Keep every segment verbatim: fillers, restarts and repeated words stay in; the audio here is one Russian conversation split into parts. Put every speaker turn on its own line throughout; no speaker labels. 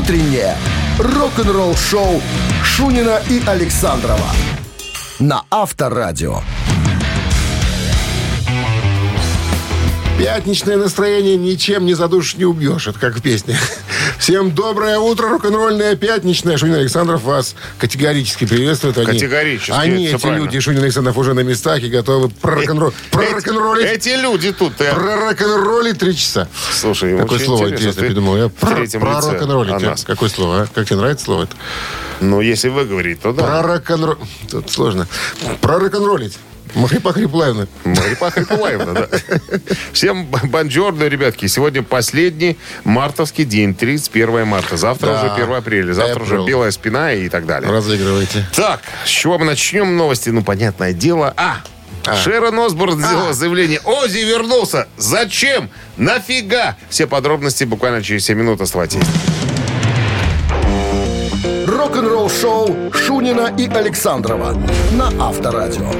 Утреннее рок-н-ролл-шоу Шунина и Александрова на Авторадио.
Пятничное настроение ничем не задушишь, не убьешь. Это как в песне. Всем доброе утро, рок-н-ролльное пятничное. Шунин Александров вас категорически приветствует. Они,
категорически,
Они, эти
правильно.
люди, Шунин Александров, уже на местах и готовы пророк-н-роллить. Пророк-н-роллить.
Эти люди тут. Я...
Пророк-н-роллить три часа.
Слушай,
какое
очень
слово
интересно,
интересно
ты
придумал. Я
в третьем лице
пророк-н-роллить.
о нас.
Какое слово, а? Как тебе нравится слово это?
Ну, если вы говорите, то да.
Пророк-н-роллить. Тут сложно. Пророк-н-роллить. Махрипа Хриплаевна.
Махрипа Хриплаевна, да. Всем бонжорно, ребятки. Сегодня последний мартовский день, тридцать первое марта. Завтра
Да.
уже первое апреля. Завтра
April.
уже белая спина и так далее.
Разыгрывайте.
Так, с чего мы начнем новости? Ну, понятное дело. А,
А.
Шерон Осборн сделала
А.
заявление. Оззи вернулся. Зачем? Нафига? Все подробности буквально через семь минут. Оставайтесь.
Рок-н-ролл-шоу Шунина и Александрова на Авторадио.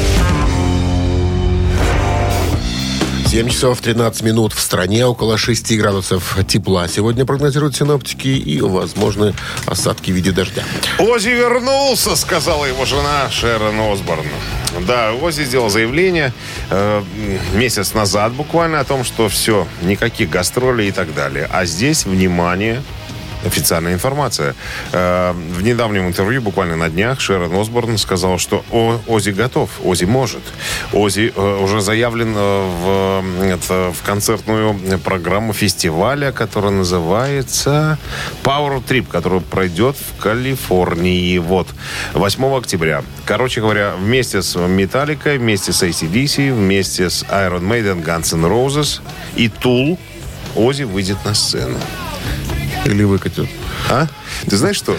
семь часов тринадцать минут в стране, около шести градусов тепла. Сегодня прогнозируют синоптики и возможны осадки в виде дождя.
Оззи вернулся, сказала его жена Шерон Осборн. Да, Оззи сделал заявление э, месяц назад буквально о том, что все, никаких гастролей и так далее. А здесь, внимание, официальная информация. Э, в недавнем интервью, буквально на днях, Шерон Осборн сказал, что О, Оззи готов, Оззи может. Оззи э, уже заявлен э, в, это, в концертную программу фестиваля, которая называется Power Trip, который пройдет в Калифорнии. Вот, восьмого октября. Короче говоря, вместе с Metallica, вместе с эй си ди си, вместе с Iron Maiden, Guns N' Roses и Tool Оззи выйдет на сцену.
Или выкатят.
А? Ты знаешь что?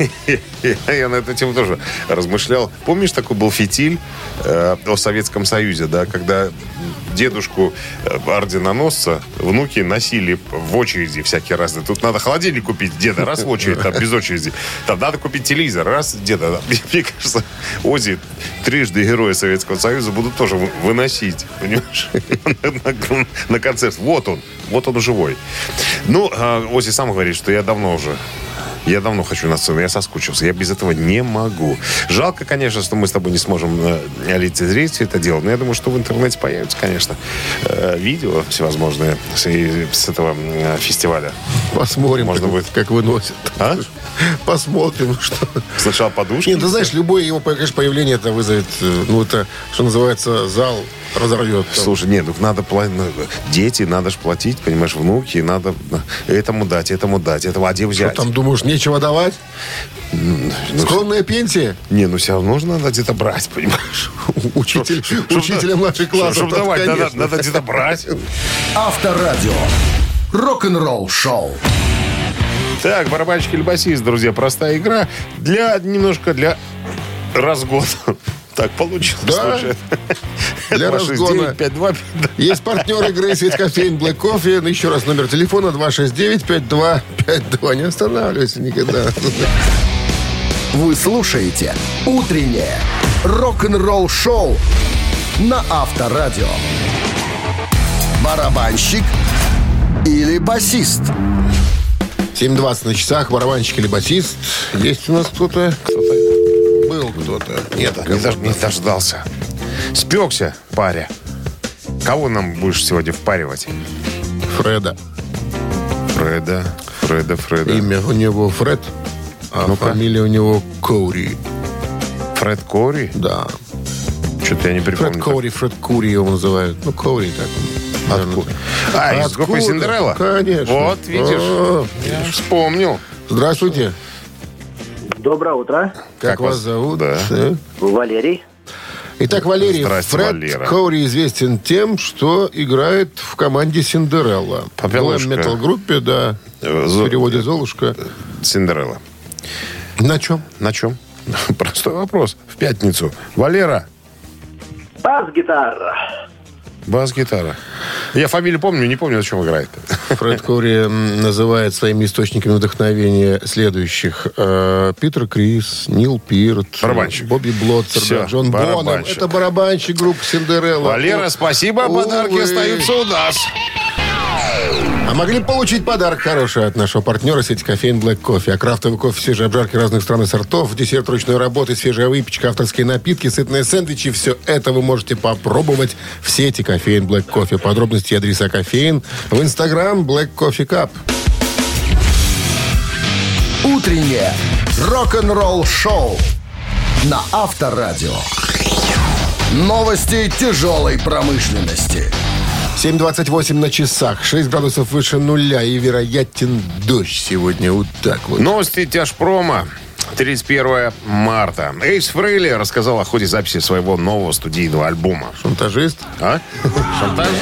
Я на эту тему тоже размышлял. Помнишь, такой был фитиль э, о Советском Союзе, да, когда дедушку э, орденоносца внуки носили в очереди всякие разные. Тут надо холодильник купить, деда, раз в очередь, там без очереди. Там надо купить телевизор, раз, деда. Мне кажется, Оззи трижды герои Советского Союза будут тоже выносить, понимаешь, на, на концерт. Вот он, вот он живой. Ну, Оззи сам говорит, что я давно уже Я давно хочу на сцену, я соскучился. Я без этого не могу. Жалко, конечно, что мы с тобой не сможем э, лицезреть все это дело. Но я думаю, что в интернете появятся, конечно, э, видео всевозможные с, с этого э, фестиваля.
Посмотрим,
Можно
как,
будет.
как выносят.
А?
Посмотрим, что...
Сначала подушки.
Нет, ты знаешь, любое его, конечно, появление это вызовет, ну, это, что называется, зал разорвет.
Слушай, нет, ну надо платить. Дети, надо же платить, понимаешь, внуки, надо этому дать, этому дать, этому, а где взять?
Что там, думаешь, нечего давать?
Ну,
Скромная пенсия?
Не, ну все равно нужно надо где-то брать, понимаешь?
Учитель,
Чтоб-
учителя младших классов.
Чтобы
так,
давать, надо,
конечно.
надо где-то брать.
Авторадио. Рок-н-ролл-шоу.
Так, барабанщик или басист, друзья, простая игра для немножко для разгона. Так получилось.
Да?
Слушай.
Для
два шесть
разгона.
девять пять два.
Есть партнер игры «Сеть кофеин Black Coffee». Еще раз номер телефона два шесть девять пять два пять два. Не останавливайся никогда.
Вы слушаете «Утреннее рок-н-ролл-шоу» на Авторадио. Барабанщик или басист?
семь двадцать на часах. Барабанщик или басист. Есть у нас кто-то?
Кто-то
Был кто-то.
Нет, не, дож- не дождался. Спекся, паря. Кого нам будешь сегодня впаривать?
Фреда.
Фреда, Фреда, Фреда.
Имя у него Фред, а
Ну-ка.
фамилия у него Коури.
Фред Кори?
Да.
Что-то я не припомню.
Фред Коури, Фред Кури его называют. Ну, Коури так.
Откуда? А, из
Откуда?
группы Синдерелла?
Конечно.
Вот, видишь.
О,
Я вспомнил.
Здравствуйте.
Доброе утро.
Как,
Как
вас
вас?
зовут?
Да.
Э?
Валерий.
Итак, Валерий,
Здрасте,
Фред
Валера.
Коури известен тем, что играет в команде Синдерелла. В
Попелушка.
метал-группе, да.
Э,
В
зо-
переводе «Золушка».
Синдерелла.
На чем?
На чем? Простой вопрос. В пятницу. Валера,
Бас-гитара.
бас-гитара. Я фамилию помню, не помню, на чем играет.
Фред Коури м, называет своими источниками вдохновения следующих. Э, Питер Крис, Нил Пирт,
Барабанщик.
Бобби Блотцер,
Всё,
да, Джон Боннем.
барабанщик.
Это барабанщик группы Синдерелла.
Валера, спасибо.
Увы.
Подарки остаются у нас.
А могли получить подарок хороший от нашего партнера сети кофеин Black Coffee. А крафтовый кофе, свежие обжарки разных стран и сортов, десерт ручной работы, свежая выпечка, авторские напитки, сытные сэндвичи. Все это вы можете попробовать в сети кофеин Black Coffee. Подробности и адреса кофеин в Instagram Black Coffee Cup.
Утреннее рок-н-ролл-шоу на Авторадио. Новости тяжелой промышленности.
семь двадцать восемь на часах, шесть градусов выше нуля и вероятен дождь сегодня. Вот так вот.
Новости тяжпрома. тридцать первое марта. Эйс Фрейли рассказал о ходе записи своего нового студийного альбома.
Шантажист?
А? Шантажист.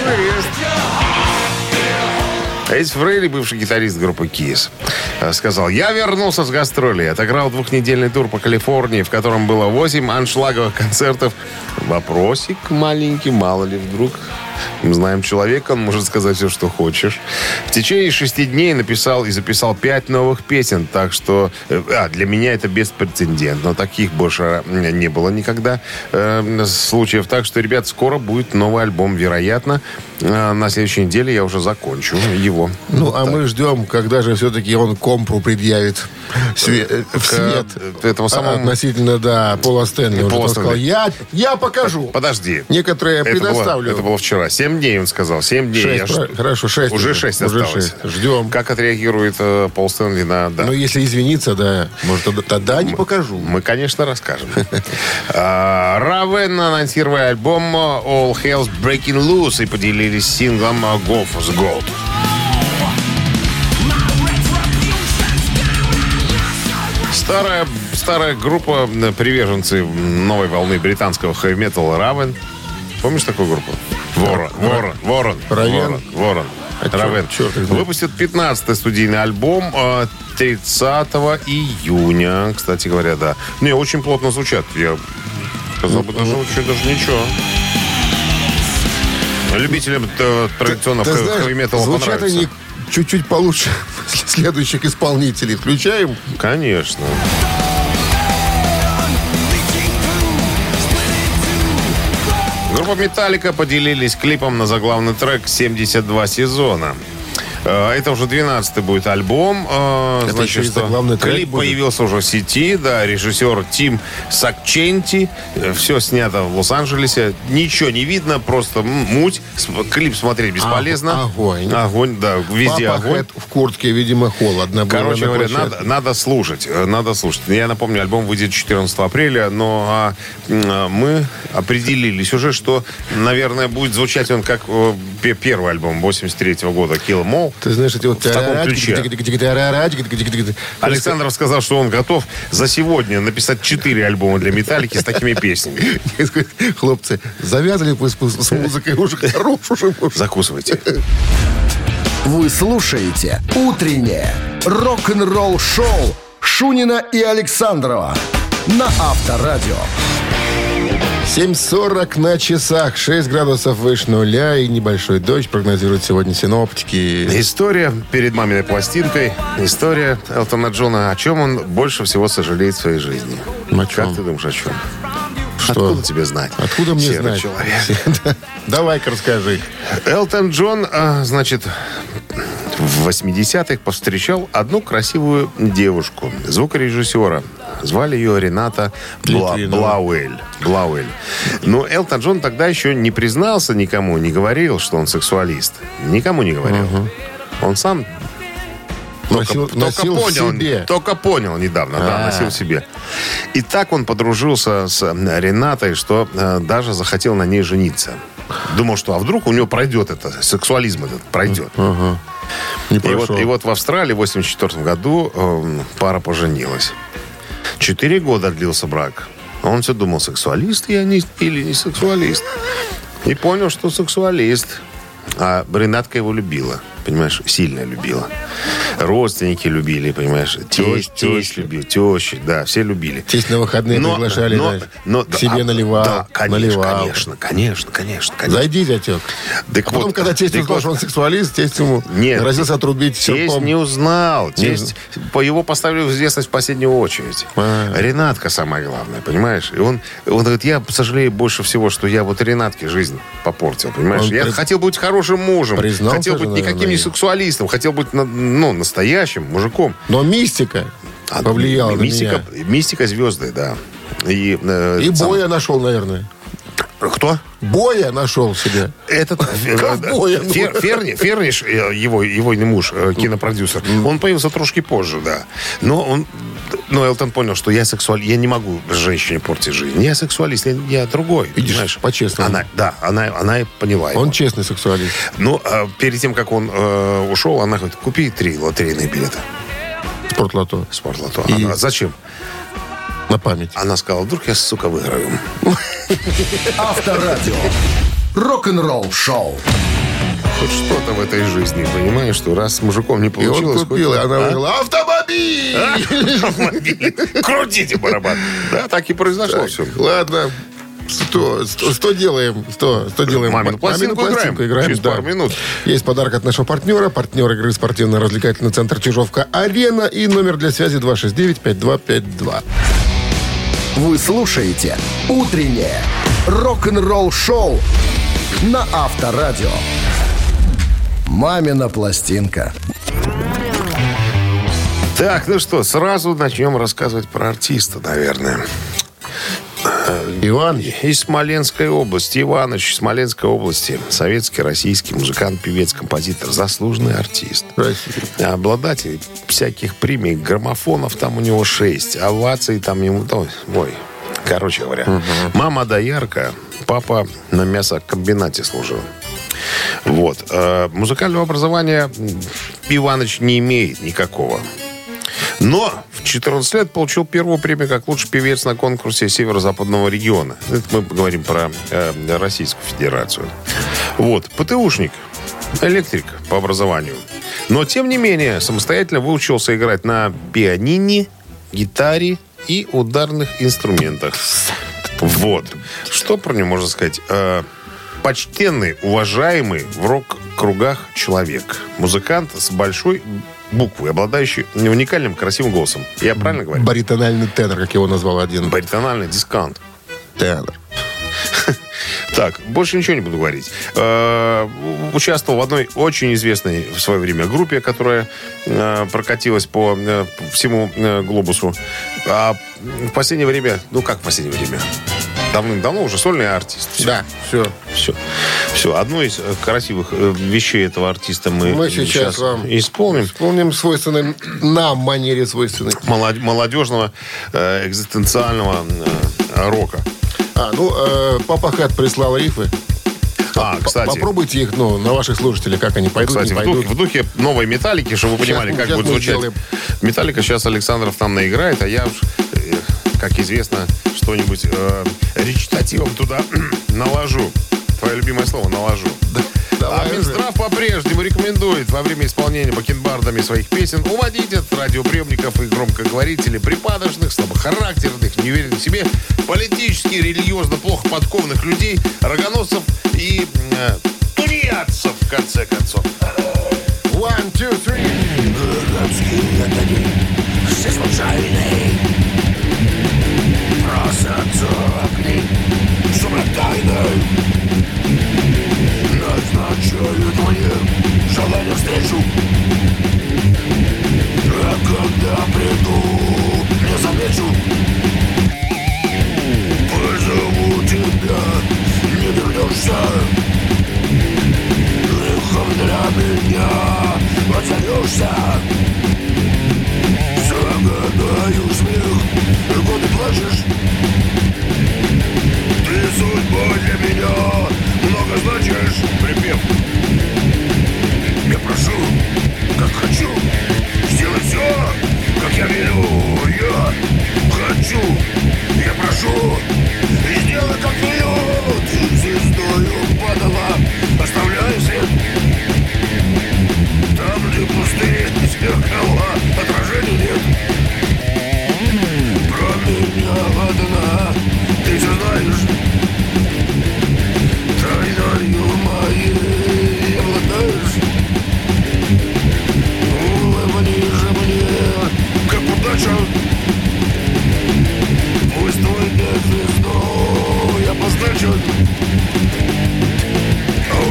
Эйс Фрейли, бывший гитарист группы Kiss, сказал: «Я вернулся с гастролей, отыграл двухнедельный тур по Калифорнии, в котором было восемь аншлаговых концертов. Вопросик маленький, мало ли вдруг. Мы знаем человека, он может сказать все, что хочешь. В течение шести дней написал и записал пять новых песен, так что а, для меня это беспрецедентно. Таких больше не было никогда э, случаев. Так что, ребят, скоро будет новый альбом, вероятно. Э, на следующей неделе я уже закончу его».
Ну,
вот
а
так.
мы ждем, когда же все-таки он компру предъявит све- в свет.
Этого самого...
Относительно, да, Пола Стэнли. Он
Пола
же сказал:
Стэнли.
я, я покажу.
Подожди.
Некоторые
Это
предоставлю.
было, это было вчера. Семь дней, он сказал. Семь дней.
Шесть,
Я
про-
ж-
Хорошо, шесть.
Уже шесть
Уже
осталось.
шесть. Ждем.
Как отреагирует э, Пол Стэнли на... Да.
Ну, если извиниться, да, может, тогда, тогда не покажу.
Мы, конечно, расскажем. А, Равен анонсировали альбом All Hell's Breaking Loose и поделились синглом Go for the Gold. Старая, старая группа, приверженцы новой волны британского хэви-металла Равен. Помнишь такую группу? Ворон. Ворон. Ворон.
Равен?
Ворон. Ворон.
А чё-
Равен.
чё ты знаешь?
Выпустит пятнадцатый студийный альбом э, тридцатого июня. Кстати говоря, да. Не, очень плотно звучат. Я сказал бы, даже очень даже ничего. Любителям э, традиционного
Ты знаешь,
хэви-металла
звучат
понравится.
они чуть-чуть получше следующих исполнителей. Включаем?
Конечно. Группа «Металлика» поделились клипом на заглавный трек «семьдесят два сезона». Это уже двенадцатый будет альбом.
Это
Значит,
еще и
что
заглавный трек
клип
будет?
появился уже в сети. Да, режиссер Тим Сакченти. Все снято в Лос-Анджелесе. Ничего не видно, просто муть. Клип смотреть бесполезно.
А, огонь.
Огонь, да, везде
Папа
огонь.
Хэт в куртке, видимо, холодно было.
Короче
на
говоря,
площадке.
надо, надо слушать. э, Надо слушать. Я напомню, альбом выйдет четырнадцатого апреля, но а, м, мы определились уже, что, наверное, будет звучать он как э, пе- первый альбом восемьдесят третьего года Kill 'Em All.
Ты знаешь, эти вот...
В таком ключе. Александр сказал, что он готов за сегодня написать четыре альбома для «Металлики» с такими песнями.
Хлопцы, завязали вы с с музыкой уже хорош уже.
Закусывайте.
Вы слушаете «Утреннее рок-н-ролл-шоу» Шунина и Александрова на Авторадио.
семь сорок на часах, шесть градусов выше нуля и небольшой дождь прогнозируют сегодня синоптики.
История перед маминой пластинкой. История Элтона Джона. О чем он больше всего сожалеет в своей жизни?
О чем?
Как ты думаешь, о чем?
Что?
Откуда тебе знать?
Откуда мне
Серый
знать?
человек.
Давай-ка расскажи.
Элтон Джон, а, значит, в восьмидесятых повстречал одну красивую девушку, звукорежиссера. Звали ее Рената Бла-
Литвинова.
Блауэль. Блауэль. Но Элтон Джон тогда еще не признался никому, не говорил, что он сексуалист. Никому не говорил. Он сам только,
Носил-
только
носил в
понял,
себе.
только понял недавно, да,
А.
носил в себе. И так он подружился с э, Ренатой, что э, даже захотел на ней жениться. Думал, что а вдруг у него пройдет это, сексуализм этот пройдет.
Не
И вот,
прошел.
и вот в Австралии в восемьдесят четвёртом году э, пара поженилась. Четыре года длился брак. А он все думал, сексуалист я не, или не сексуалист. И понял, что сексуалист. А Ренатка его любила. Понимаешь, сильно любила. Родственники любили, понимаешь. Тесть,
Теща.
тесть любил, теща, да, все любили.
Тесть на выходные приглашали,
но,
да,
но-
к себе
а,
наливал,
Да, конечно,
наливал.
конечно, конечно, конечно, конечно.
Зайди, зятек.
Так
А потом,
вот,
когда тесть
так
узнал,
вот,
что он сексуалист, тесть ему
Нет,
грозился отрубить
Тесть
серпом.
не узнал. Тесть, по его поставили в известность в последнюю очередь.
А.
Ренатка самое главное, понимаешь? И он, он говорит, я сожалею больше всего, что я вот Ренатке жизнь попортил, понимаешь?
Он
Я
при-
хотел быть хорошим мужем.
Признался
хотел
же,
быть не
наверное,
не сексуалистом, хотел быть, ну, настоящим мужиком.
Но мистика
А,
повлияла
мистика,
на меня.
Мистика звезды, да. И, э,
И
сам-
Боя нашел, наверное.
Кто?
Боя нашел себе.
Этот э,
Ковбоя, ну.
Фер- Ферни- Ферниш, э, его, его муж, э, кинопродюсер, он появился трошки позже, да. Но он, но Элтон понял, что я сексуалист, я не могу женщине портить жизнь. Я сексуалист, я, я другой.
Видишь,
понимаешь?
по-честному.
Она, да, она, она и поняла его.
Он честный сексуалист.
Ну, а перед тем, как он э, ушел, она говорит, купи три лотерейные билета.
Спортлото.
Спортлото.
И-
А зачем?
На память.
Она сказала, вдруг я, сука, выиграю.
Авторадио. Рок-н-ролл шоу.
Хоть что-то в этой жизни, понимаешь, что раз с мужиком не
И
получилось...
он купил, и
хоть-
она
А?
выиграла автомобиль!
Автомобиль. Крутите барабан. Да, так и произошло
Так,
все.
ладно. Сто, сто, сто делаем. Сто, сто делаем.
Мамину пластинку играем. Через
да.
пару минут.
Есть подарок от нашего партнера. Партнер игры спортивно-развлекательный центр «Чижовка-Арена». И номер для связи два шесть девять пять два пять два.
Вы слушаете «Утреннее рок-н-ролл-шоу» на Авторадио. «Мамина пластинка».
Так, ну что, сразу начнем рассказывать про артиста, наверное.
Иван.
Из Смоленской области. Иваныч из Смоленской области. Советский, российский музыкант, певец, композитор. Заслуженный артист.
Россия.
Обладатель всяких премий. Граммофонов там у него шесть. Оваций там ему... Ой, ой. Короче говоря. Угу. Мама доярка. Папа на мясокомбинате служил. Вот. Э, музыкального образования Иваныч не имеет никакого. Но в четырнадцать лет получил первую премию как лучший певец на конкурсе Северо-Западного региона. Это мы говорим про э, Российскую Федерацию. Вот. ПТУшник. Электрик по образованию. Но, тем не менее, самостоятельно выучился играть на пианине, гитаре и ударных инструментах. Вот. Что про него можно сказать? Э, почтенный, уважаемый в рок-кругах человек. Музыкант с большой буквы, обладающий уникальным красивым голосом. Я правильно говорю?
Баритональный тенор, как его назвал один.
Баритональный дискант.
Тенор.
Так, больше ничего не буду говорить. Э, участвовал в одной очень известной в свое время группе, которая э, прокатилась по э, всему э, глобусу. А в последнее время, ну как в последнее время? Давным-давно уже сольный артист. Все.
Да, все.
Все. Все. Одну из красивых вещей этого артиста мы,
Мы сейчас,
сейчас
вам
исполним.
Исполним свойственной нам манере свойственной.
Молодежного э, экзистенциального э, рока.
А, ну, э, Папа Хэт прислал рифы.
А, кстати.
Попробуйте их, ну, на ваших слушателей, как они пойдут,
Кстати,
не
в
пойдут.
духе, в духе новой металлики, чтобы вы понимали,
Сейчас-
как
сейчас
будет
мы
звучать.
сделаем.
Металлика сейчас Александров нам наиграет, а я уж, э, как известно, что-нибудь э, речитативом туда наложу. Твое любимое слово «наложу».
Давай
А
уже.
Минздрав по-прежнему рекомендует во время исполнения бакенбардами своих песен уводить от радиоприемников и громкоговорителей припадочных, слабохарактерных, неуверенных в себе, политически, религиозно плохо подкованных людей, рогоносцев и э, тунеядцев, в конце концов.
One, two, three.
Городские огни, все случайные. Бросятся огни, сумрак тайны. Назначают мне желание встречу. А когда приду, не замечу. Позову тебя, не вернешься. Лихом для меня озовешься. Загадаю смех, годы плачешь. Ты судьба для меня много значишь. Припев. Я прошу, как хочу. Сделай все, как я велю. Я хочу, я прошу. И сделай, как велю. Ты звездою падала, оставляй след. Там, где пустые зеркала, отражений нет. Про меня одна, ты все знаешь. Тайною моей обладаешь. Улыбнись же мне, как удача. Пусть твой день звезду я позначу.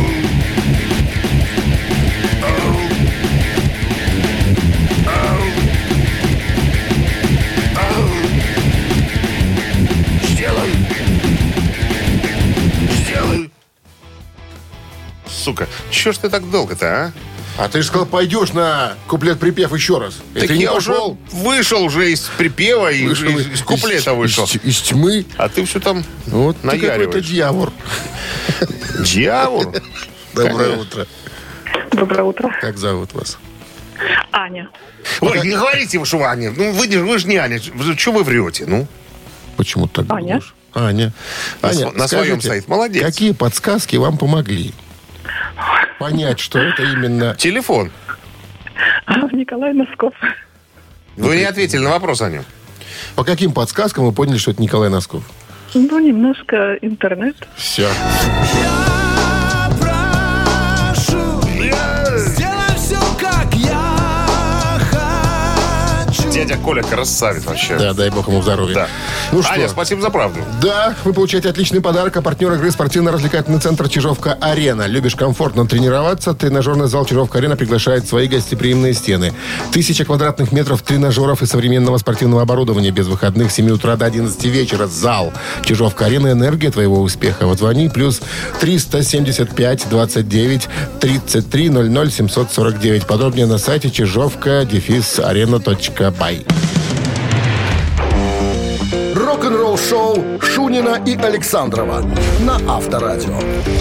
что ж ты так долго-то, а?
А ты же сказал, пойдешь на куплет-припев еще раз. И
Так
ты не
я уже
пошел.
вышел уже из припева и
Вышел
из, из куплета
из,
вышел.
Из, из тьмы.
А ты все там
Вот ты какой-то
наяриваешь.
дьявол.
Дьявол?
Доброе утро.
Доброе утро.
Как зовут вас?
Аня.
Ой, не говорите вы, что Аня. Ну, вы, вы же не Аня. Что вы врете, ну?
Почему так
Аня.
думаешь? Аня.
На
Аня,
св- на своем
скажите,
стоит. Молодец.
Какие подсказки вам помогли понять, что это именно...
Телефон.
Николай Носков.
Вы не ответили на вопрос, Аня.
По каким подсказкам вы поняли, что это Николай Носков?
Ну, немножко интернет.
Все.
Сделай все, как я хочу.
Дядя Коля красавец вообще.
Да, дай бог ему здоровья.
Да.
Ну
Аня,
что?
спасибо за правду.
Да, вы получаете отличный подарок. А партнер игры спортивно-развлекательный центр «Чижовка-Арена». Любишь комфортно тренироваться? Тренажерный зал «Чижовка-Арена» приглашает в свои гостеприимные стены. Тысяча квадратных метров тренажеров и современного спортивного оборудования. Без выходных с семи утра до одиннадцати вечера. Зал «Чижовка-Арена». Энергия твоего успеха. Вот звони. Плюс триста семьдесят пять двадцать девять тридцать три ноль ноль семьсот сорок девять. Подробнее на сайте чижовка дефис арена точка бай.
Рок-н-ролл-шоу Шунина и Александрова на Авторадио.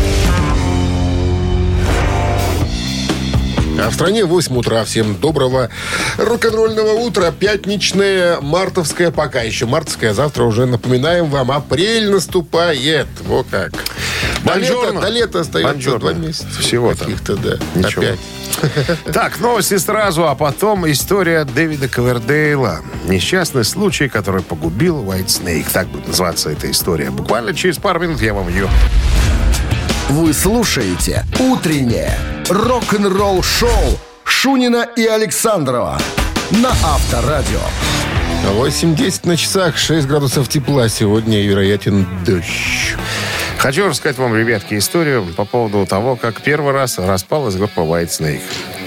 А в стране восемь утра. Всем доброго рок-н-ролльного утра. Пятничное, мартовское, пока еще мартовское. Завтра уже напоминаем вам, апрель наступает. Во как. До лета,
Бонжорно.
до лета остается
Бонжорно.
два месяца.
Всего-то.
Каких-то, да.
Ничего.
Опять.
Так, новости сразу, а потом история Дэвида Ковердейла. Несчастный случай, который погубил White Snake. Так будет называться эта история. Буквально через пару минут я вам ее...
Вы слушаете «Утреннее рок-н-ролл-шоу» Шунина и Александрова на Авторадио.
восемь десять на часах, шесть градусов тепла. Сегодня и вероятен дождь.
Хочу рассказать вам, ребятки, историю по поводу того, как первый раз распалась группа White Snake.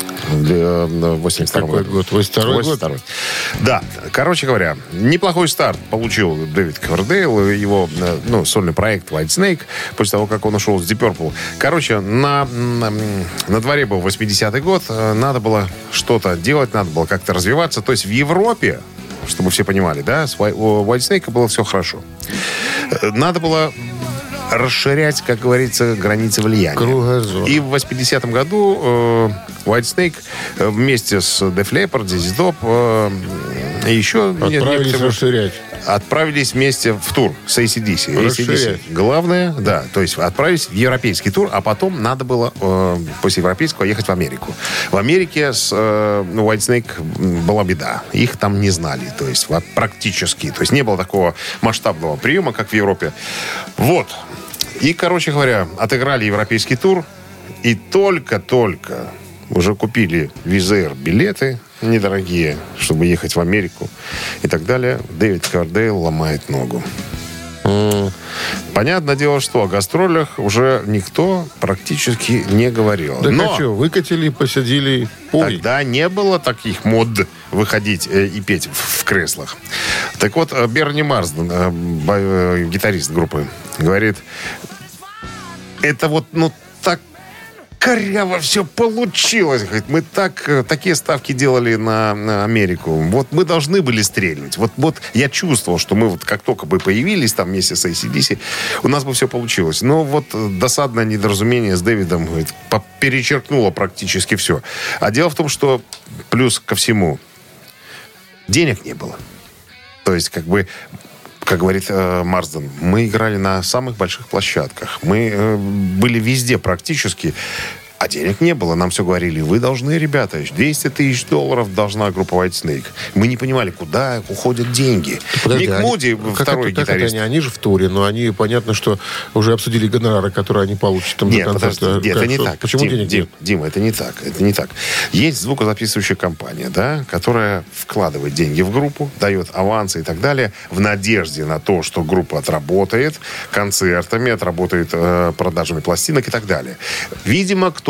В восемьдесят втором
Какой
году.
год? восемьдесят второй год?
восемьдесят второй. Да, короче говоря, неплохой старт получил Дэвид Ковердейл, его ну, сольный проект White Snake, после того, как он ушел с Deep Purple. Короче, на, на, на дворе был восьмидесятый год, надо было что-то делать, надо было как-то развиваться. То есть в Европе, чтобы все понимали, да, у White Snake было все хорошо. Надо было расширять, как говорится, границы влияния.
Кругозор.
И в восьмидесятом году э, White Snake э, вместе с Def Leppard, Зизи Топ э, и еще
Отправились
некоторые
расширять.
отправились вместе в тур с эй си ди си. эй си ди си.
Расширять.
Главное, да, то есть отправились в европейский тур, а потом надо было э, после европейского ехать в Америку. В Америке с э, ну, White Snake была беда. Их там не знали, то есть вот, практически. То есть не было такого масштабного приема, как в Европе. Вот. И, короче говоря, отыграли европейский тур, и только-только уже купили Визаир билеты недорогие, чтобы ехать в Америку и так далее. Дэвид Ковердейл ломает ногу.
Mm.
Понятное дело, что о гастролях уже никто практически не говорил.
Да
Но
что, выкатили, посадили, пой.
тогда не было таких мод выходить э, и петь в, в креслах. Так вот, э, Берни Марсден, э, ба- э, гитарист группы, говорит, это вот, ну, так коряво все получилось. Говорит, мы так, э, такие ставки делали на, на Америку. Вот мы должны были стрельнуть. Вот, вот я чувствовал, что мы вот как только бы появились там вместе с эй си ди си, у нас бы все получилось. Но вот э, досадное недоразумение с Дэвидом, говорит, по- перечеркнуло практически все. А дело в том, что плюс ко всему денег не было. То есть, как бы, как говорит э, Марсден, мы играли на самых больших площадках. Мы э, были везде практически. А денег не было. Нам все говорили, вы должны, ребята, двести тысяч долларов должна группа White Snake. Мы не понимали, куда уходят деньги.
Подожди,
Мик
они-
Муди,
как
второй
это- как это
гитарист.
они? Они же в туре, но они, понятно, что уже обсудили гонорары, которые они получат там
Нет,
до конца.
подожди, нет,
Как,
это не
что?
так.
Почему
Дим,
денег
Дим,
нет?
Дима, это не так. Это не так. Есть звукозаписывающая компания, да, которая вкладывает деньги в группу, дает авансы и так далее, в надежде на то, что группа отработает концертами, отработает э, продажами пластинок и так далее. Видимо, кто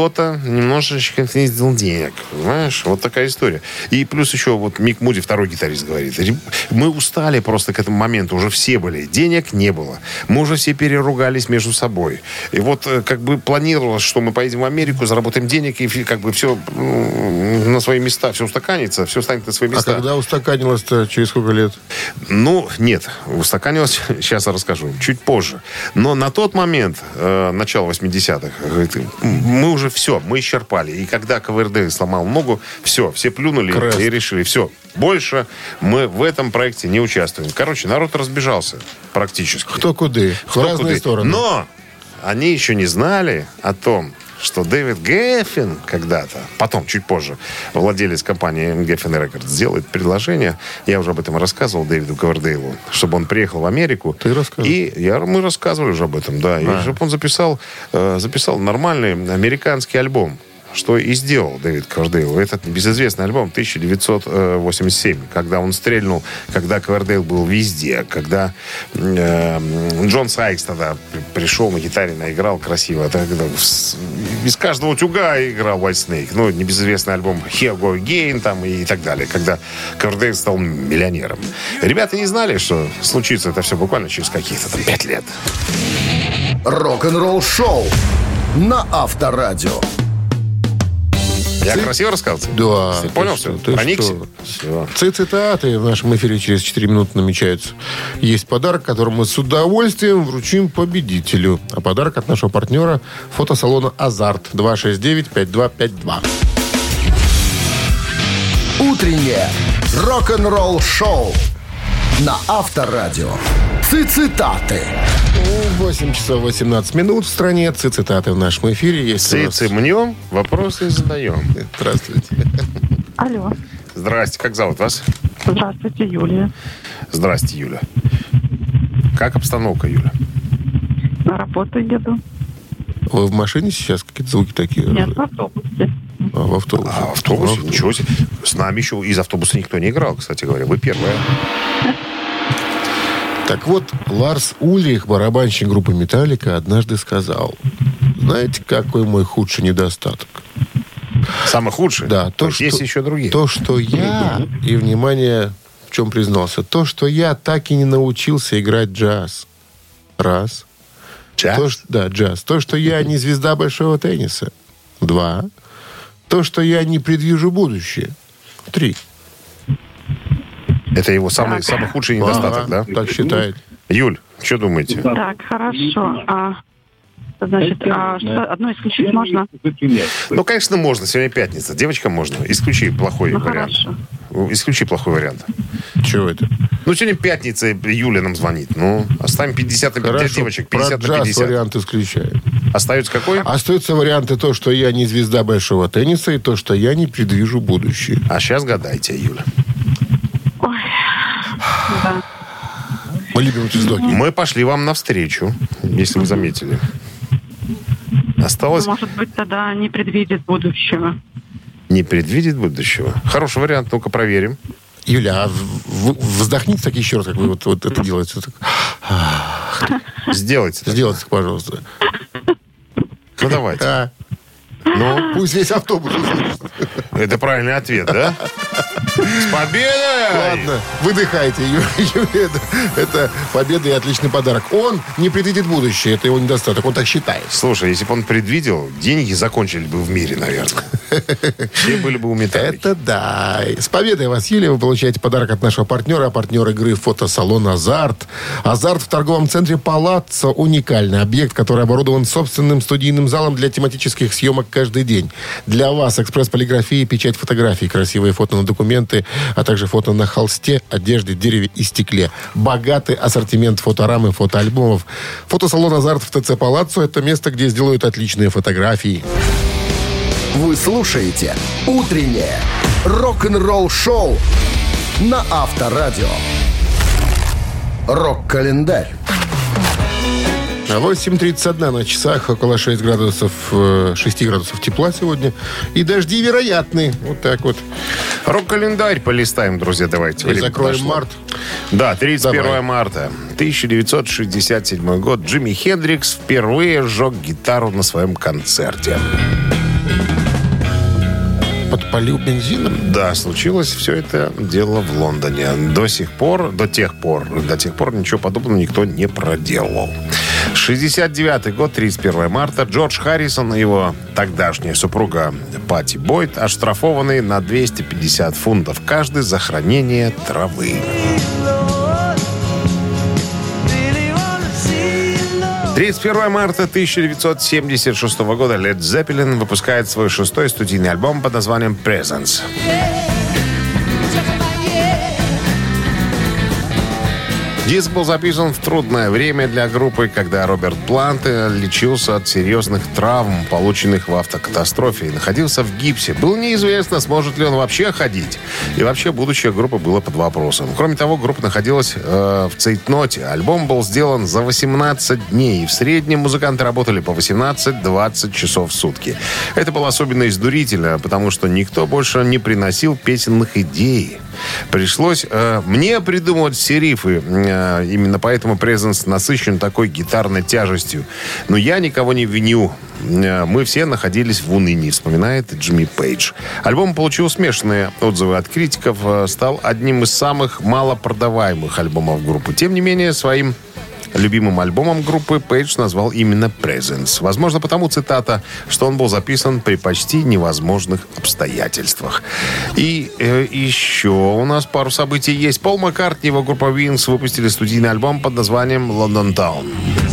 кто-то немножечко снизил денег. Понимаешь? Вот такая история. И плюс еще вот Мик Муди, второй гитарист, говорит. Мы устали просто к этому моменту. Уже все были. Денег не было. Мы уже все переругались между собой. И вот как бы планировалось, что мы поедем в Америку, заработаем денег, и как бы все на свои места. Все устаканится, все станет на свои места.
А когда устаканилось-то? Через сколько лет?
Ну, нет. Устаканилось, сейчас я расскажу. Чуть позже. Но на тот момент, э, начало восьмидесятых, мы уже все, мы исчерпали. И когда КВРД сломал ногу, все, все плюнули Крест. И решили, все, больше мы в этом проекте не участвуем. Короче, народ разбежался практически.
Кто куда? В разные
куды.
стороны.
Но они еще не знали о том, что Дэвид Геффин когда-то, потом, чуть позже, владелец компании Geffen Records, сделает предложение, я уже об этом рассказывал Дэвиду Ковердейлу, чтобы он приехал в Америку.
Ты рассказывал?
И я, мы рассказывали уже об этом, да. А. И чтобы он записал, э, записал нормальный американский альбом. Что и сделал Дэвид Ковердейл. Этот небезызвестный альбом тысяча девятьсот восемьдесят семь, когда он стрельнул, когда Ковердейл был везде, когда э, Джон Сайкс тогда пришел на гитаре, наиграл красиво. Тогда из каждого утюга играл White Snake. Ну, небезызвестный альбом Here Go Again там, и так далее, когда Ковердейл стал миллионером. Ребята не знали, что случится это все буквально через каких-то там пять лет.
Рок-н-ролл шоу на Авторадио.
Я красиво рассказал?
Да.
Ты понял все? Проникся?
Все. Цитаты в нашем эфире через четыре минуты намечаются. Есть подарок, который мы с удовольствием вручим победителю. А подарок от нашего партнера фотосалона «Азарт». два шесть девять пять два пять два.
Утреннее рок-н-ролл шоу на Авторадио. Цитаты.
восемь часов восемнадцать минут в стране. Цитаты в нашем эфире есть.
Цицы мнем, вопросы задаем.
Здравствуйте.
Алло.
Здрасте, как зовут вас?
Здравствуйте, Юлия.
Здрасте, Юля. Как обстановка, Юля?
На работу еду.
Вы в машине сейчас? Какие-то звуки такие?
Нет, в автобусе.
А, в автобусе.
А, в автобусе? Ничего себе. С нами еще из автобуса никто не играл, кстати говоря. Вы первая.
Так вот, Ларс Ульрих, барабанщик группы «Металлика», однажды сказал: знаете, какой мой худший недостаток?
Самый худший?
Да. То,
есть
что,
еще другие.
То, что я, и, внимание, в чем признался, то, что я так и не научился играть джаз. Раз.
Джаз?
То, что, да, джаз. То, что я не звезда большого тенниса. Два. То, что я не предвижу будущее. Три.
Это его самый, самый худший недостаток,
ага,
да?
Так считает.
Юль, что думаете?
Так, хорошо. А, значит, а, что, одно исключить можно?
Ну, конечно, можно. Сегодня пятница. Девочкам можно. Исключи плохой
Ну,
вариант.
хорошо.
Исключи плохой вариант.
Чего это?
Ну, сегодня пятница, Юля нам звонит. Ну, оставим пятьдесят на пятьдесят. Для девочек пятьдесят
про
на
джаз
пятьдесят.
вариант исключаем.
Остается какой?
Остаются варианты то, что я не звезда большого тенниса, и то, что я не предвижу будущее.
А сейчас гадайте, Юля.
Ой, да.
Мы любим звездоки.
Мы пошли вам навстречу, если вы заметили. Осталось...
Может быть, тогда не предвидит будущего.
Не предвидит будущего. Хороший вариант, ну-ка проверим.
Юля, а в- в- вздохните так еще раз, как вы вот, вот это делаете. Вот так.
Сделайте. так.
Сделайте, так, пожалуйста.
Ну, давайте.
А,
Ну,
пусть весь автобус услышит.
это правильный ответ, да? С победой!
Ладно, выдыхайте, Ю- Юля. Это, это победа и отличный подарок. Он не предвидит будущее, это его недостаток, он так считает.
Слушай, если бы он предвидел, деньги закончили бы в мире, наверное. Все были бы у Металлики.
Это да. С победой вас, Юлия, вы получаете подарок от нашего партнера, а партнер игры фотосалон «Азарт». «Азарт» в торговом центре «Палаццо» — уникальный объект, который оборудован собственным студийным залом для тематических съемок каждый день. Для вас экспресс-полиграфия, печать фотографий, красивые фото на документы, а также фото на холсте, одежде, дереве и стекле. Богатый ассортимент фоторам и фотоальбомов. Фотосалон «Азарт» в ТЦ «Палаццо» — это место, где сделают отличные фотографии.
Вы слушаете «Утреннее рок-н-ролл-шоу» на Авторадио. Рок-календарь.
восемь тридцать один на часах, около шесть градусов, шесть градусов тепла сегодня. И дожди вероятны. Вот так вот.
Рок-календарь полистаем, друзья, давайте.
И
Время
закроем
подошло.
март.
Да, тридцать первого
Давай.
марта тысяча девятьсот шестьдесят седьмой год. Джимми Хендрикс впервые сжег гитару на своем концерте.
подпалил бензином?
Да, случилось все это дело в Лондоне. До сих пор, до тех пор, до тех пор ничего подобного никто не проделал. шестьдесят девятый год, тридцать первое марта. Джордж Харрисон и его тогдашняя супруга Патти Бойд оштрафованы на двести пятьдесят фунтов каждый за хранение травы. тридцать первое марта тысяча девятьсот семьдесят шестого года Led Zeppelin выпускает свой шестой студийный альбом под названием «Presence». Диск был записан в трудное время для группы, когда Роберт Плант лечился от серьезных травм, полученных в автокатастрофе, и находился в гипсе. Было неизвестно, сможет ли он вообще ходить. И вообще будущее группы было под вопросом. Кроме того, группа находилась э, в цейтноте. Альбом был сделан за восемнадцать дней. И в среднем музыканты работали по восемнадцать-двадцать часов в сутки. Это было особенно издурительно, потому что никто больше не приносил песенных идей. Пришлось э, мне придумывать все рифы. Э, именно поэтому Presence насыщен такой гитарной тяжестью. Но я никого не виню. Э, мы все находились в унынии, вспоминает Джимми Пейдж. Альбом получил смешанные отзывы от критиков. Э, стал одним из самых малопродаваемых альбомов группы. Тем не менее, своим любимым альбомом группы Пейдж назвал именно «Presence». Возможно, потому, цитата, что он был записан при почти невозможных обстоятельствах. И э, еще у нас пару событий есть. Пол Маккартни и его группа Wings выпустили студийный альбом под названием «London Town».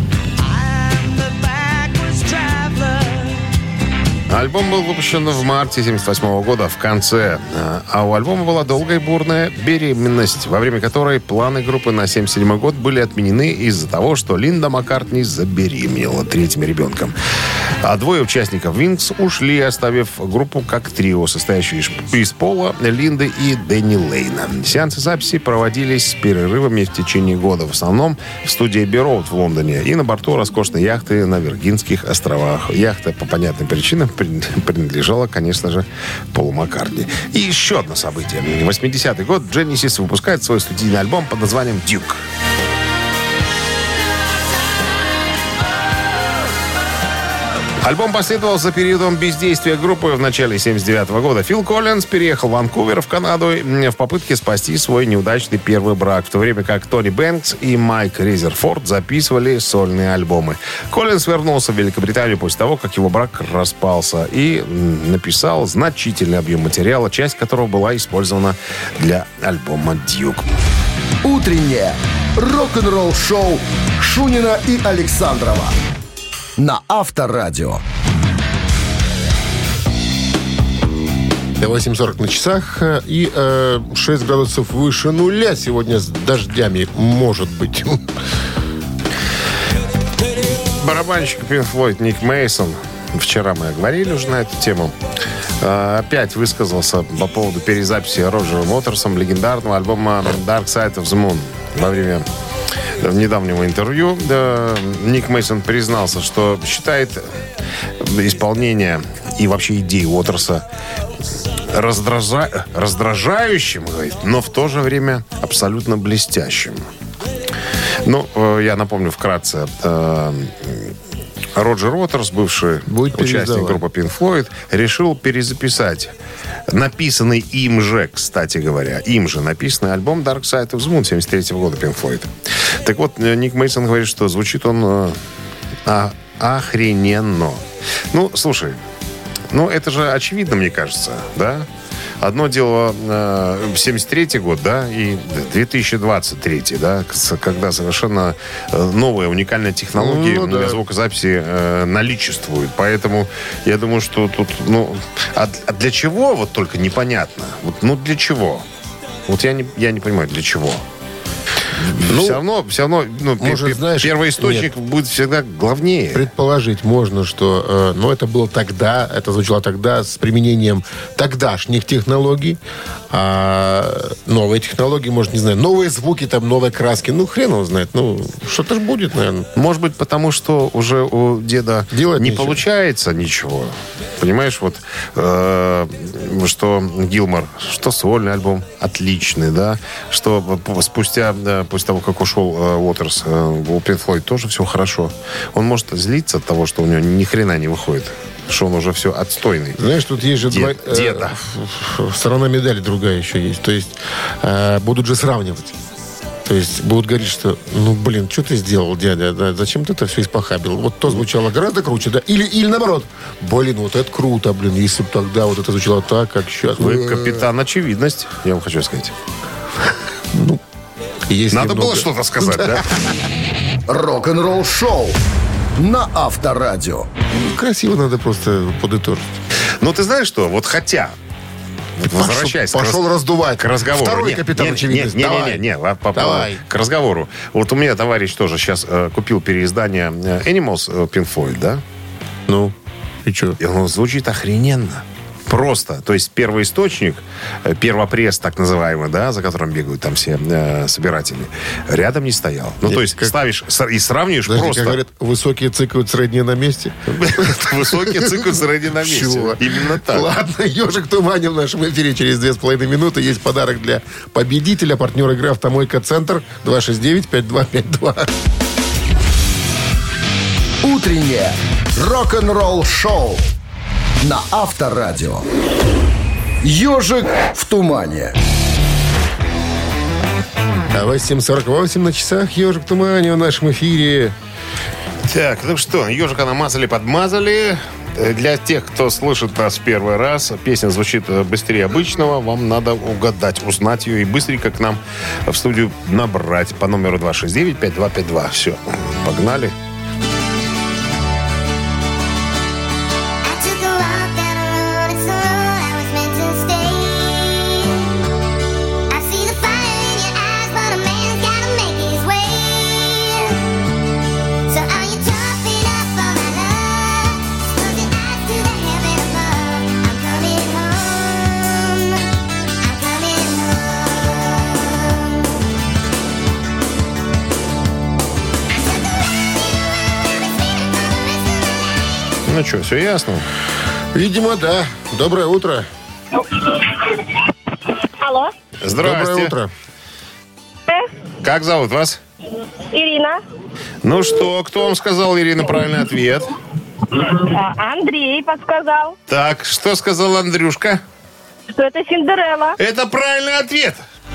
Альбом был выпущен в марте семьдесят восьмого года в конце. А у альбома была долгая и бурная беременность, во время которой планы группы на семьдесят седьмой год были отменены из-за того, что Линда Маккартни забеременела третьим ребенком. А двое участников Wings ушли, оставив группу как трио, состоящее из Пола, Линды и Дэнни Лейна. Сеансы записи проводились с перерывами в течение года, в основном в студии Abbey Road в Лондоне и на борту роскошной яхты на Виргинских островах. Яхта по понятным причинам принадлежала, конечно же, Полу Маккартни. И еще одно событие. восьмидесятый год Genesis выпускает свой студийный альбом под названием «Duke». Альбом последовал за периодом бездействия группы в начале семьдесят девятого года. Фил Коллинз переехал в Ванкувер, в Канаду, в попытке спасти свой неудачный первый брак, в то время как Тони Бэнкс и Майк Резерфорд записывали сольные альбомы. Коллинз вернулся в Великобританию после того, как его брак распался, и написал значительный объем материала, часть которого была использована для альбома «Дьюк».
Утреннее рок-н-ролл-шоу Шунина и Александрова на Авторадио.
восемь сорок на часах и э, шесть градусов выше нуля сегодня с дождями, может быть.
Барабанщик Pink Floyd Ник Мейсон, вчера мы говорили уже на эту тему, э, опять высказался по поводу перезаписи Роджером Уотерсом легендарного альбома Dark Side of the Moon. Во время недавнего интервью да, Ник Мейсон признался, что считает исполнение и вообще идеи Уотерса раздража... раздражающим, говорит, но в то же время абсолютно блестящим. Ну, я напомню вкратце. Роджер Уотерс, бывший Будет участник группы Pink Floyd, решил перезаписать написанный им же, кстати говоря, им же написанный альбом Dark Side of the Moon семьдесят третьего года Pink Floyd. Так вот, Ник Мейсон говорит, что звучит он а, охрененно. Ну, слушай, ну это же очевидно, мне кажется, да? Одно дело э, семьдесят третий год, да, и две тысячи двадцать третий, да, когда совершенно новые уникальные технологии ну, да. звукозаписи э, наличествуют. Поэтому я думаю, что тут, ну, а, а для чего, вот только непонятно. Вот, ну, для чего? Вот я не, я не понимаю, для чего. Ну, все равно, все равно ну, может, п- знаешь, первый источник нет. будет всегда главнее.
Предположить можно, что э, ну, это было тогда, это звучало тогда с применением тогдашних технологий. А новые технологии, может, не знаю, новые звуки, там, новые краски. Ну, хрен его знает. Ну, что-то же будет, наверное.
Может быть, потому что уже у деда Делать не ничего. получается ничего. Понимаешь, вот э, что Гилмор, что сольный альбом отличный, да, что спустя... Да, после того, как ушел э, Уотерс, э, у Pink Floyd тоже все хорошо. Он может злиться от того, что у него ни хрена не выходит. что он уже все отстойный.
Знаешь, тут есть же
Дед,
два,
деда.
Э, сторона медали другая еще есть. То есть э, будут же сравнивать. То есть будут говорить, что, ну, блин, что ты сделал, дядя? Да, зачем ты это все испохабил? Вот то звучало гораздо круче, да? Или, или наоборот, блин, вот это круто, блин, если бы тогда вот это звучало так, как сейчас.
Вы капитан очевидность, я вам хочу сказать.
Ну, есть
Надо
немного.
было что-то сказать, да?
Рок-н-ролл шоу на Авторадио.
Красиво надо просто подытожить.
Ну, ты знаешь что? Вот хотя... Возвращаясь
Пошел, пошел
к,
раздувать.
к разговору.
Второй
Не,
капитан
не,
очевидности.
Не, не,
Давай.
не, не, не, по-
Давай.
к разговору. Вот у меня товарищ тоже сейчас э, купил переиздание э, Animals э, Pink Floyd, да?
Ну, и что?
И оно звучит охрененно. Просто. То есть первоисточник, э, первопресс так называемый, да, за которым бегают там все э, собиратели, рядом не стоял. Ну,
Нет,
то есть
как-
ставишь с- и сравниваешь
Подожди,
просто...
как говорят, высокие цикают, средние на месте.
Высокие циклы среди на месте.
Чего?
Именно так.
Ладно, «Ежик в тумане» в нашем эфире через две с половиной минуты. Есть подарок для победителя. Партнер игры «Автомойка Центр» два шесть девять пять два пять два.
Утреннее рок-н-ролл шоу на Авторадио. «Ежик в тумане».
А восемь сорок восемь на часах. «Ежик в тумане» в нашем эфире.
Так, ну что, ежика намазали, подмазали. Э, Для тех, кто слышит нас в первый раз, песня звучит э, быстрее обычного. Вам надо угадать, узнать ее и быстренько к нам в студию набрать по номеру два шесть девять пять два пять два. Все, погнали.
I took a walk down a road, it's so long I was meant to stay. I see the fire in your eyes, but a man's gotta make his way. So are you tough enough for my love? Close your eyes to the heaven above. I'm coming home. I'm coming home. I took a ride in a round and spinning for the rest of my life.
Ну что, все ясно?
Видимо, да. Доброе утро.
Алло,
Здрасте.
Доброе утро.
Как зовут вас?
Ирина.
Ну что, кто вам сказал, Ирина, правильный ответ?
А, Андрей подсказал,
Так, что сказал Андрюшка?
что это Синдерелла.
Это правильный ответ.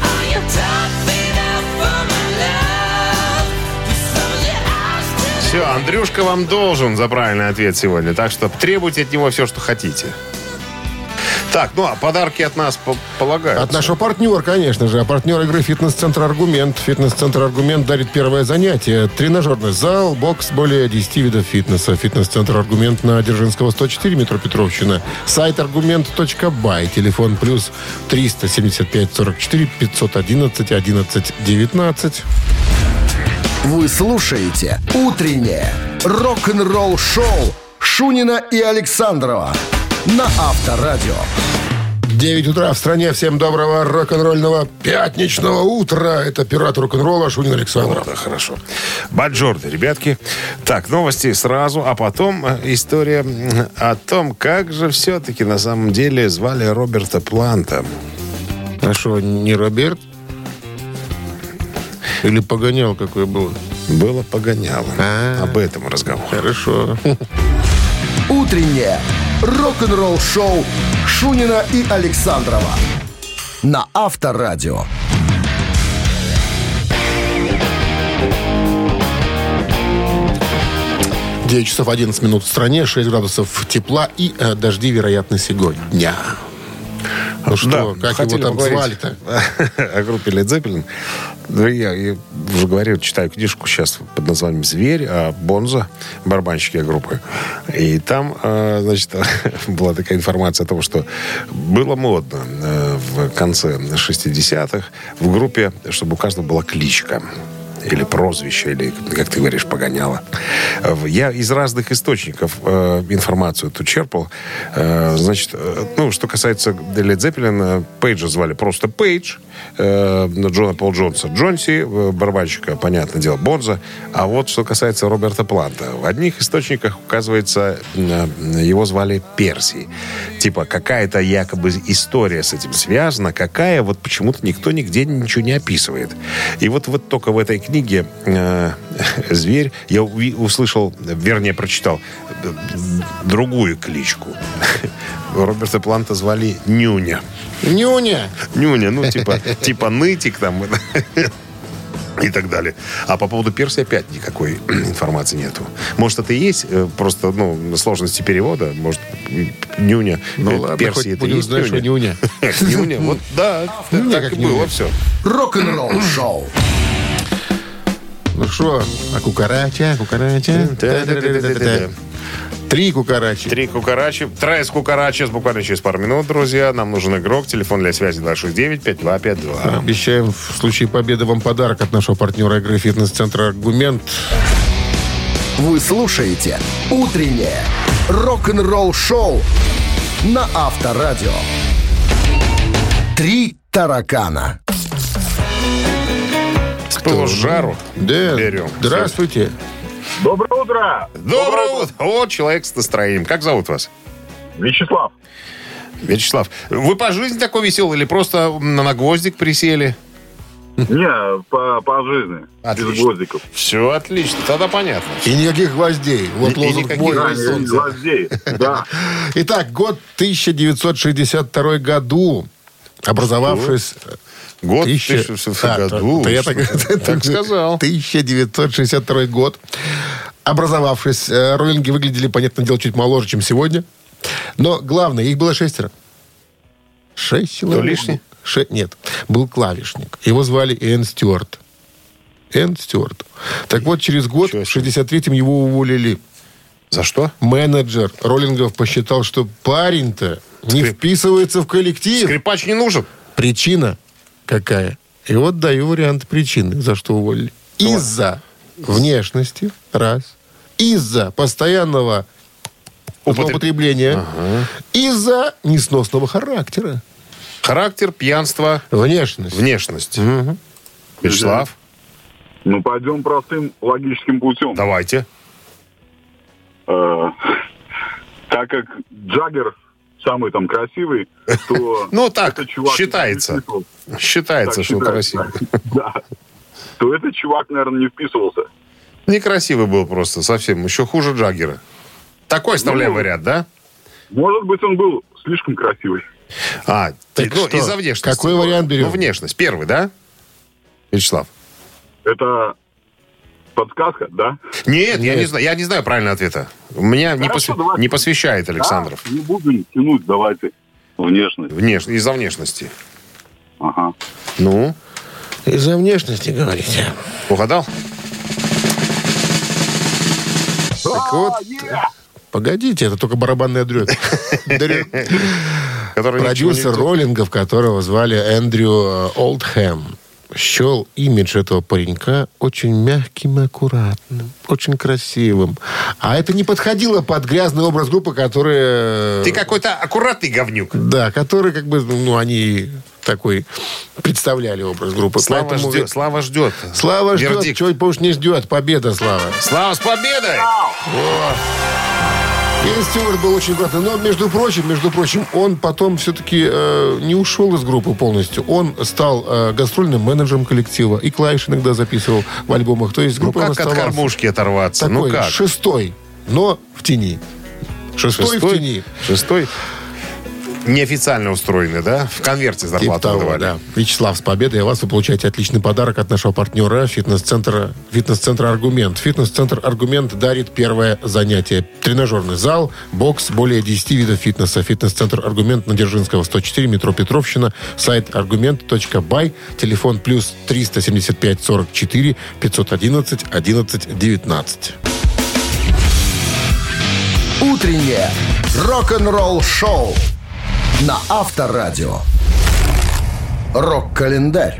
Все, Андрюшка вам должен за правильный ответ сегодня. Так что требуйте от него все, что хотите. Так, ну а подарки от нас по- полагаются.
От нашего партнера, конечно же. А партнер игры «Фитнес-центр Аргумент». «Фитнес-центр Аргумент» дарит первое занятие. Тренажерный зал, бокс, более десяти видов фитнеса. «Фитнес-центр Аргумент» на Дзержинского, сто четыре, метро Петровщина. Сайт аргумент точка бай. Телефон плюс триста семьдесят пять сорок четыре пятьсот одиннадцать одиннадцать девятнадцать.
Вы слушаете «Утреннее рок-н-ролл-шоу» Шунина и Александрова на Авторадио.
девять утра в стране. Всем доброго рок-н-ролльного пятничного утра. Это пират рок-н-ролла Шунин Александров.
Да, хорошо. Баджорды, ребятки. Так, новости сразу, а потом э, история м, о том, как же все-таки на самом деле звали Роберта Планта.
А что, не Роберт? Или погонял какое было?
Было погоняло.
А.
Об этом разговор.
Хорошо.
Утреннее рок-н-ролл-шоу Шунина и Александрова на Авторадио.
девять часов одиннадцать минут в стране, шесть градусов тепла и э, дожди, вероятно, сегодня. Ну что,
Да,
как
хотели
его там
поговорить
звали-то?
о группе Led Zeppelin. Ну, я, я уже говорил, читаю книжку сейчас под названием «Зверь» о Бонзо, барабанщике группы. И там, э, значит, была такая информация о том, что было модно э, в конце шестидесятых в группе, чтобы у каждого была кличка. Или прозвище, или, как ты говоришь, погоняло. Я из разных источников э, информацию эту черпал. Э, значит, э, ну, что касается Led Zeppelin, Пейджа звали просто Пейдж, э, Джона Пол Джонса Джонси, э, барабанщика, понятное дело, Бонза. А вот что касается Роберта Планта. В одних источниках, указывается, э, его звали Перси. Типа, какая-то якобы история с этим связана, какая, вот почему-то никто нигде ничего не описывает. И вот, вот только в этой книге э, зверь. Я уви- услышал, вернее, прочитал э, другую кличку. Роберта Планта звали Нюня.
Нюня!
Нюня, ну, типа, типа нытик там и так далее. А по поводу Перси опять никакой информации нету. Может, это и есть, э, просто, ну, сложности перевода. Может, Нюня,
Ну
э,
ладно,
Перси
хоть
это и
будем
есть
знать, что
Нюня.
Нюня.
Нюня, вот, да,
Нюня
так
как
и
Нюня.
было все.
Рок-н-ролл шоу.
Ну что, а кукарача, кукарача?
Да-да-да-да-да-да.
Три кукарачи.
Три кукарачи. Трайс кукарачи. Буквально через пару минут, друзья. Нам нужен игрок. Телефон для связи два шесть девять пять два пять два.
Обещаем в случае победы вам подарок от нашего партнера игры «Фитнес-центра Аргумент».
Вы слушаете «Утреннее рок-н-ролл-шоу» на Авторадио. «Три таракана».
С пылу с жару.
Да,
Берем.
здравствуйте.
Доброе утро!
Доброе утро. О, человек с настроением. Как зовут вас?
Вячеслав.
Вячеслав. Вы по жизни такой веселый или просто на, на гвоздик присели?
Не, по, по жизни.
Отлично.
Без гвоздиков.
Все отлично. Тогда понятно.
И никаких гвоздей. Вот
И- и
лозунг
никаких
мой.
Да,
гвоздей.
и
солнце.
гвоздей. Да.
Итак, год тысяча девятьсот шестьдесят второй году, образовавшись...
Год
Тысяча-
в тысяча
А,
году.
то я так,
Так сказал.
тысяча девятьсот шестьдесят второй год. Образовавшись, э, роллинги выглядели, понятное дело, чуть моложе, чем сегодня. Но главное, их было шестеро. Шесть человек.
лишний?
Ше- Нет, был клавишник. Его звали Энн Стюарт. Энн Стюарт. Так вот, через год,
Ничего
в
себе.
шестьдесят третьем его уволили.
За что?
Менеджер роллингов посчитал, что парень-то не
Скрип-
вписывается в коллектив.
Скрипач не нужен?
Причина какая? И вот даю вариант причины, за что уволили. Из-за внешности, раз. Из-за постоянного
Употреб-
злоупотребления. Из-за несносного характера.
Характер, пьянство,
Внешность.
внешность.
Мгм.
Вячеслав,
Ну, пойдем простым логическим путем.
давайте.
Э, так как Джаггер самый там красивый, то...
Ну, так,
этот чувак
считается.
не вписывался.
Считается,
Так
что
считается,
красиво.
Да. То этот чувак, наверное, не вписывался.
Некрасивый был просто совсем. Еще хуже Джаггера. Такой оставляем
Ну,
вариант, да?
Может быть, он был слишком красивый.
А,
Так
ну,
что,
из-за внешности.
какой вариант берем?
Ну, внешность. Первый, да? Вячеслав.
Это подсказка, да?
Нет, я
Нет.
не знаю. Я не знаю правильного ответа. Меня не,
Хорошо,
посвя-
давайте.
не посвящает Александров.
Да, не будем тянуть, давайте. Внешность.
Внеш- Из-за внешности.
Ага.
Ну,
Из-за внешности, говорите.
угадал?
Так вот, погодите, это только барабанная дрёбь. Дрёбь.
Который ничего не
Продюсер
ждет.
роллингов, которого звали Эндрю э, Олдхэм, счел имидж этого паренька очень мягким и аккуратным, очень красивым. А это не подходило под грязный образ группы, которые...
Ты какой-то аккуратный говнюк.
Да, которые как бы, ну, они такой представляли образ группы.
Слава
Поэтому-
ждет. Слава ждет.
Слава ждет,
Вердикт.
чего уж не ждет. Победа, Слава.
Слава, с победой!
Энн Стюарт был очень аккуратный. Но, между прочим, между прочим, он потом все-таки э, не ушел из группы полностью. Он стал э, гастрольным менеджером коллектива. И клавиш иногда записывал в альбомах. То есть
Ну
группа
как от кормушки оторваться?
такой
Ну как?
шестой, но в тени. Шестой, в тени.
Шестой. Неофициально устроенный, да? В конверте
Типа
зарплату
того,
выдавали.
да. Вячеслав, с победой. А вас вы получаете отличный подарок от нашего партнера фитнес-центра, фитнес-центра «Аргумент». Фитнес-центр «Аргумент» дарит первое занятие. Тренажерный зал, бокс, более десяти видов фитнеса. Фитнес-центр «Аргумент» на Дзержинского, сто четыре, метро Петровщина. Сайт аргумент точка бай. Телефон плюс триста семьдесят пять сорок четыре пятьсот одиннадцать одиннадцать девятнадцать.
Утреннее рок-н-ролл-шоу на Авторадио. Рок-календарь.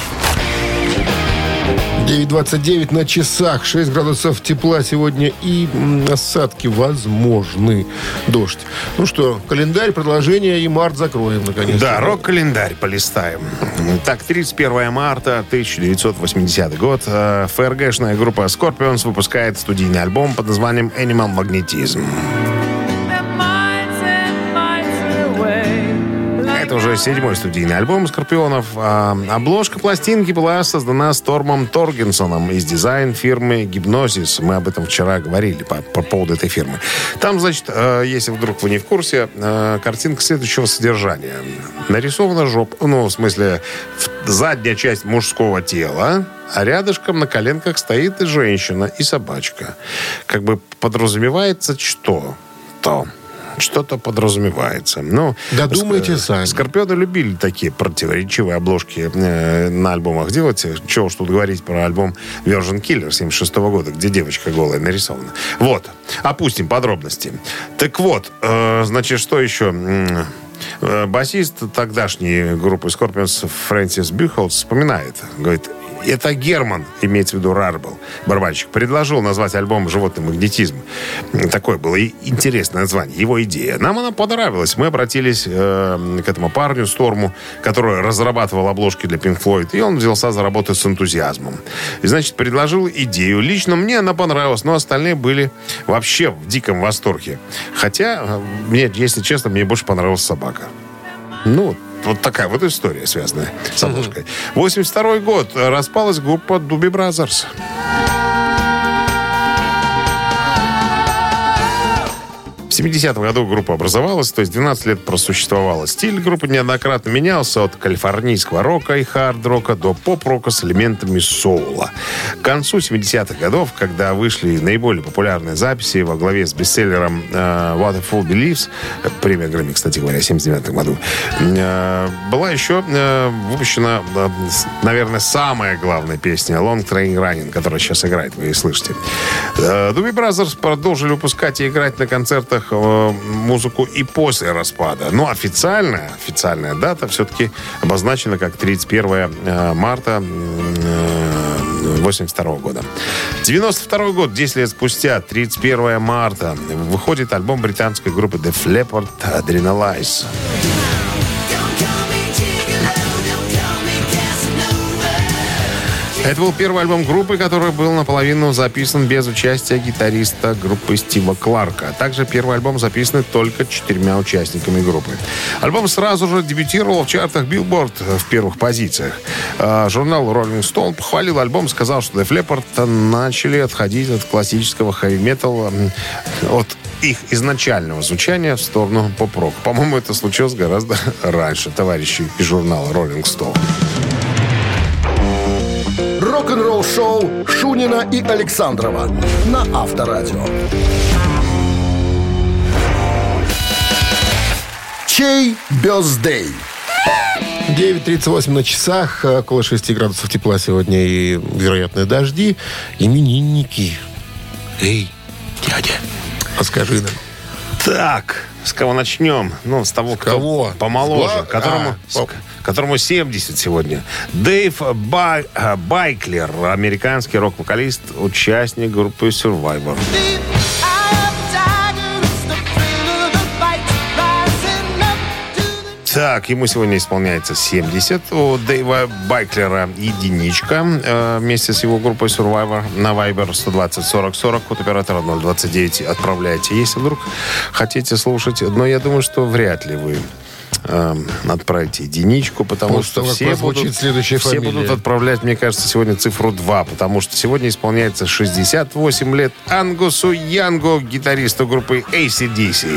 девять двадцать девять на часах, шесть градусов тепла сегодня и м, осадки возможны. Дождь. Ну что, календарь, продолжение и март закроем, наконец.
Да, рок-календарь полистаем. Так, тридцать первого марта тысяча девятьсот восьмидесятый год. э, ФРГшная группа Scorpions выпускает студийный альбом под названием Animal Magnetism. Это уже уже седьмой студийный альбом «Скорпионов». А обложка пластинки была создана Стормом Торгенсоном из дизайн-фирмы «Гипнозис». Мы об этом вчера говорили по, по поводу этой фирмы. Там, значит, э, если вдруг вы не в курсе, э, картинка следующего содержания. Нарисована жопа, ну, в смысле, задняя часть мужского тела, а рядышком на коленках стоит и женщина, и собачка. Как бы подразумевается что-то. Что-то подразумевается. Ну,
додумайте
ск-
сами.
Скорпионы любили такие противоречивые обложки э, на альбомах делать. Чего уж тут говорить про альбом Virgin Killer семьдесят шестого года, где девочка голая нарисована. Вот. Опустим подробности. Так вот, э, значит, что еще... Э, басист тогдашней группы Scorpions Фрэнсис Бюхолс вспоминает. Говорит, это Герман, имеется в виду Рарбл, барабанщик, предложил назвать альбом «Животный магнетизм». Такое было и интересное название, его идея. Нам она понравилась. Мы обратились э, к этому парню, Сторму, который разрабатывал обложки для Pink Floyd, и он взялся за работу с энтузиазмом. И, значит, предложил идею. Лично мне она понравилась, но остальные были вообще в диком восторге. Хотя, мне, если честно, мне больше понравилась собака. Ну, вот такая вот история, связанная с обложкой. восемьдесят второй год. Распалась группа Doobie Brothers. В семидесятом году группа образовалась, то есть двенадцать лет просуществовала. Стиль группы неоднократно менялся от калифорнийского рока и хард-рока до поп-рока с элементами соула. К концу семидесятых годов, когда вышли наиболее популярные записи во главе с бестселлером uh, What a Fool Believes, премия Грэмми, кстати говоря, в семьдесят девятом году, uh, была еще uh, выпущена, uh, наверное, самая главная песня Long Train Running, которая сейчас играет, вы ее слышите. Uh, Doobie Brothers продолжили выпускать и играть на концертах музыку и после распада. Но официальная, официальная дата все-таки обозначена как тридцать первое марта восемьдесят второго года. девяносто второй год, десять лет спустя, тридцать первое марта, выходит альбом британской группы Def Leppard «Adrenalize». Это был первый альбом группы, который был наполовину записан без участия гитариста группы Стива Кларка. Также первый альбом записан только четырьмя участниками группы. Альбом сразу же дебютировал в чартах Billboard в первых позициях. Журнал Rolling Stone похвалил альбом, сказал, что Def Leppard начали отходить от классического хэви-металла, от их изначального звучания в сторону поп-рок. По-моему, это случилось гораздо раньше, товарищи из журнала Rolling Stone.
Рок-н-ролл-шоу Шунина и Александрова на Авторадио. Чей бёздей?
девять тридцать восемь на часах, около шести градусов тепла сегодня и вероятные дожди. Именинники. Эй, дядя, а скажи нам.
Так, с кого начнем? Ну, с того,
с кого?
Помоложе,
Гла...
которому,
а,
с, которому семьдесят сегодня. Дэйв Бай, Байклер, американский рок-вокалист, участник группы Survivor. Так, ему сегодня исполняется семьдесят. У Дэйва Байклера единичка э, вместе с его группой Survivor на Viber сто двадцать сорок сорок, код оператора ноль двадцать девять. Отправляйте, если вдруг хотите слушать. Но я думаю, что вряд ли вы э, отправите единичку, потому
После
что
того,
все, будут, все
фамилия.
будут отправлять, мне кажется, сегодня цифру два, потому что сегодня исполняется шестьдесят восемь лет Ангусу Янгу, гитаристу группы эй си ди си.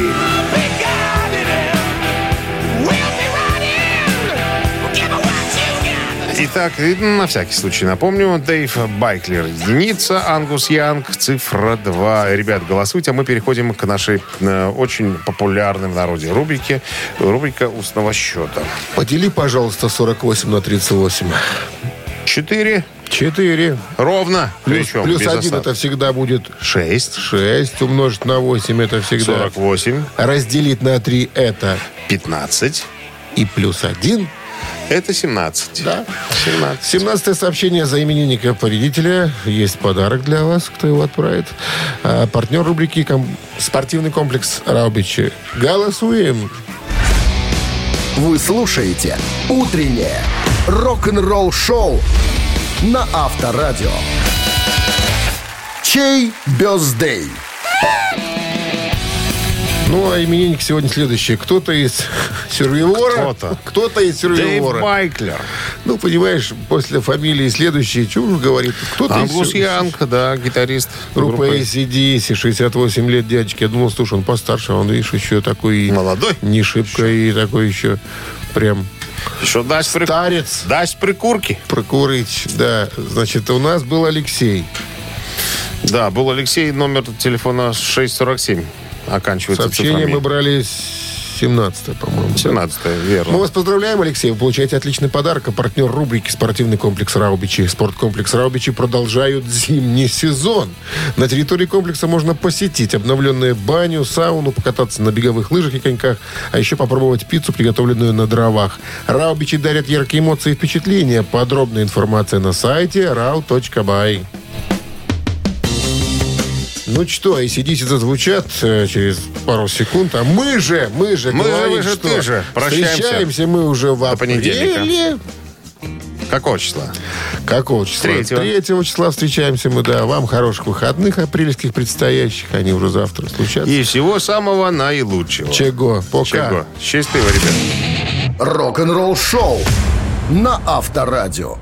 Итак, на всякий случай напомню, Дэйв Байклер единица, Ангус Янг цифра два. Ребят, голосуйте, а мы переходим к нашей э, очень популярной в народе рубрике, рубрика устного счета.
Подели, пожалуйста, сорок восемь на тридцать восемь.
Четыре.
Четыре.
Ровно.
Плюс,
Причем
плюс
без
один
остатка.
это всегда будет
Шесть.
шесть. Умножить на восемь это всегда
Сорок восемь.
разделить на три это
Пятнадцать.
и плюс один.
Это семнадцать.
Да.
семнадцать.
семнадцатое сообщение за именинника победителя. Есть подарок для вас, кто его отправит. А, партнер рубрики ком... спортивный комплекс Раубичи. Голосуем.
Вы слушаете «Утреннее рок-н-ролл-шоу» на Авторадио. Чей бёздей?
Ну, а именинник сегодня следующий. Кто-то из Сюрвивора.
Кто-то.
Кто-то из
Дэйв
Сюрвивора.
Майклер.
Ну, понимаешь, после фамилии следующий, что уж говорит. Кто-то
Англус
из
Янг, да, гитарист.
группы эй си ди си, шестьдесят восемь лет дядечки. Я думал, слушай, он постарше, а он, видишь, еще такой...
Молодой.
Не шибко и такой еще прям...
Еще даст, при...
Старец.
даст прикурки.
Прокурить, да. Значит, у нас был Алексей.
Да, был Алексей, номер телефона шесть сорок семь. Оканчивается
Сообщение
цифрами.
мы брали семнадцатое, по-моему.
семнадцатое, верно.
Мы вас поздравляем, Алексей. Вы получаете отличный подарок. А партнер рубрики «Спортивный комплекс Раубичи». Спорткомплекс Раубичи продолжают зимний сезон. На территории комплекса можно посетить обновленную баню, сауну, покататься на беговых лыжах и коньках, а еще попробовать пиццу, приготовленную на дровах. Раубичи дарят яркие эмоции и впечатления. Подробная информация на сайте рау точка бай. Ну что, эй си ди си зазвучат э, через пару секунд, а мы же, мы же
Мы же,
говорим,
вы же,
что
ты же. Прощаемся.
встречаемся мы уже в
До понедельника.
апреле.
Какого числа?
Какого числа?
Третьего.
Третьего числа встречаемся мы, да. Вам хороших выходных апрельских предстоящих, они уже завтра случатся.
И всего самого наилучшего.
Чего? Пока.
Чего? Счастливо, ребят.
Рок-н-ролл шоу на Авторадио.